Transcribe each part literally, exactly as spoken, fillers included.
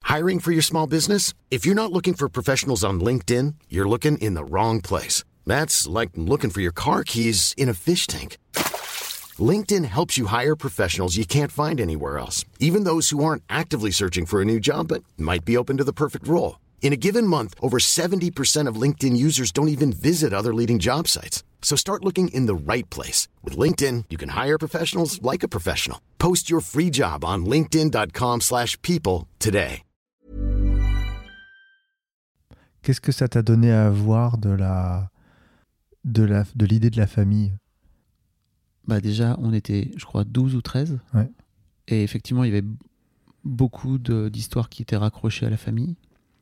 Hiring for your small business? If you're not looking for professionals on LinkedIn, you're looking in the wrong place. That's like looking for your car keys in a fish tank. LinkedIn helps you hire professionals you can't find anywhere else, even those who aren't actively searching for a new job but might be open to the perfect role. In a given month, over seventy percent of LinkedIn users don't even visit other leading job sites. So start looking in the right place. With LinkedIn, you can hire professionals like a professional. Post your free job on linkedin.com slash people today. Qu'est-ce que ça t'a donné à voir de la, de la, de l'idée de la famille ? Bah déjà, on était, je crois, douze ou treize. Ouais. Et effectivement, il y avait beaucoup de, d'histoires qui étaient raccrochées à la famille.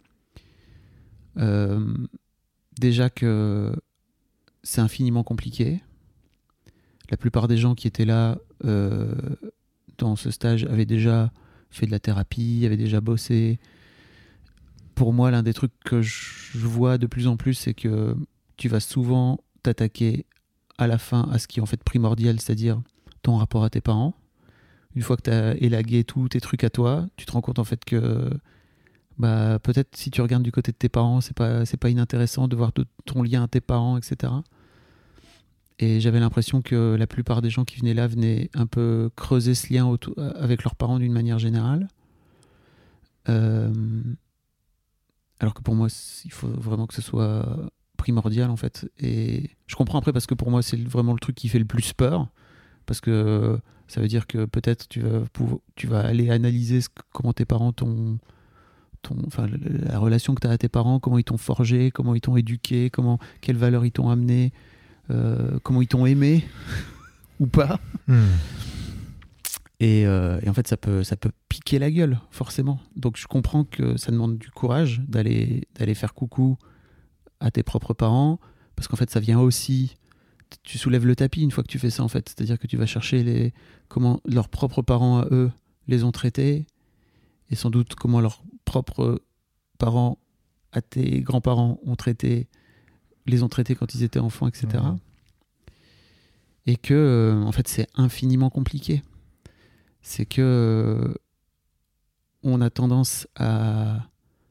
Euh, déjà que c'est infiniment compliqué. La plupart des gens qui étaient là euh, dans ce stage avaient déjà fait de la thérapie, avaient déjà bossé. Pour moi, l'un des trucs que je vois de plus en plus, c'est que tu vas souvent t'attaquer à la fin à ce qui est en fait primordial, c'est-à-dire ton rapport à tes parents. Une fois que tu as élagué tous tes trucs à toi, tu te rends compte en fait que bah, peut-être si tu regardes du côté de tes parents, c'est pas, c'est pas inintéressant de voir de, ton lien à tes parents, et cetera. Et j'avais l'impression que la plupart des gens qui venaient là venaient un peu creuser ce lien autour, avec leurs parents d'une manière générale. Euh, alors que pour moi, il faut vraiment que ce soit primordial en fait. Et je comprends après parce que pour moi, c'est vraiment le truc qui fait le plus peur. Parce que ça veut dire que peut-être tu vas, pouvoir, tu vas aller analyser ce, comment tes parents t'ont... Ton, enfin, la relation que tu as à tes parents, comment ils t'ont forgé, comment ils t'ont éduqué, comment, quelles valeurs ils t'ont amené, euh, comment ils t'ont aimé ou pas. Mm. Et, euh, et en fait, ça peut, ça peut piquer la gueule, forcément. Donc, je comprends que ça demande du courage d'aller, d'aller faire coucou à tes propres parents, parce qu'en fait, ça vient aussi... Tu soulèves le tapis une fois que tu fais ça, en fait. C'est-à-dire que tu vas chercher les, comment leurs propres parents à eux les ont traités, et sans doute comment leurs propres parents à tes grands-parents ont traité, les ont traités quand ils étaient enfants, et cetera. Mmh. Et que, euh, en fait, c'est infiniment compliqué. C'est que euh, on a tendance à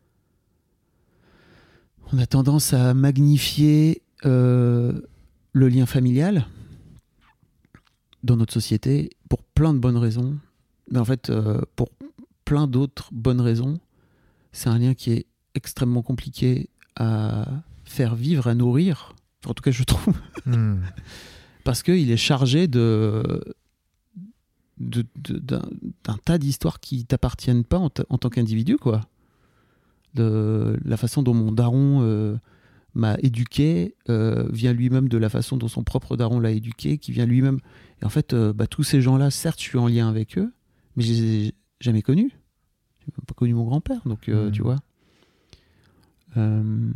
on a tendance à magnifier euh, le lien familial dans notre société pour plein de bonnes raisons. Mais en fait, euh, pour plein d'autres bonnes raisons, c'est un lien qui est extrêmement compliqué à faire vivre, à nourrir. Enfin, en tout cas, je trouve. Mm. Parce qu'il est chargé de, de, de, d'un, d'un tas d'histoires qui ne t'appartiennent pas en, t- en tant qu'individu, quoi. De la façon dont mon daron euh, m'a éduqué euh, vient lui-même de la façon dont son propre daron l'a éduqué, qui vient lui-même... Et en fait, euh, bah, tous ces gens-là, certes, je suis en lien avec eux, mais je les ai jamais connus. J'ai même pas connu mon grand-père, donc euh, mmh. tu vois. Euh...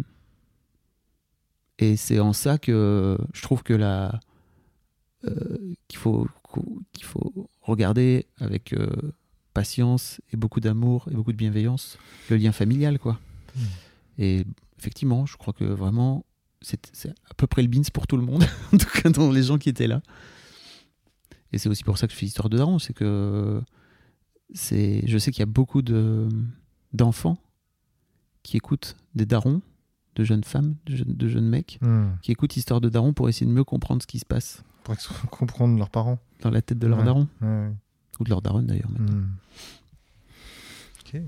Et c'est en ça que je trouve que la euh, qu'il faut qu'il faut regarder avec euh, patience et beaucoup d'amour et beaucoup de bienveillance le lien familial, quoi. Mmh. Et effectivement, je crois que vraiment c'est, c'est à peu près le beans pour tout le monde, en tout cas dans les gens qui étaient là. Et c'est aussi pour ça que je fais Histoire de Daron, c'est que c'est, je sais qu'il y a beaucoup de, d'enfants qui écoutent des darons, de jeunes femmes, de jeunes, de jeunes mecs, mmh. qui écoutent Histoire de Daron pour essayer de mieux comprendre ce qui se passe. Pour comprendre leurs parents. Dans la tête de leurs ouais. darons. Ouais, ouais. Ou de leurs darons d'ailleurs maintenant. Mmh. Ok.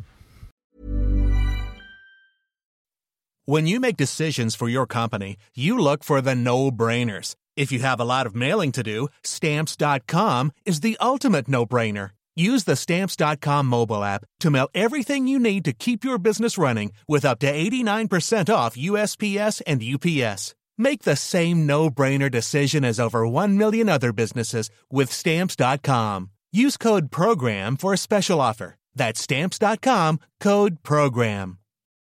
When you make decisions for your company, you look for the no-brainers. If you have a lot of mailing to do, Stamps dot com is the ultimate no-brainer. Use the Stamps dot com mobile app to mail everything you need to keep your business running with up to eighty-nine percent off U S P S and U P S. Make the same no-brainer decision as over one million other businesses with Stamps dot com. Use code PROGRAM for a special offer. That's Stamps dot com, code PROGRAM.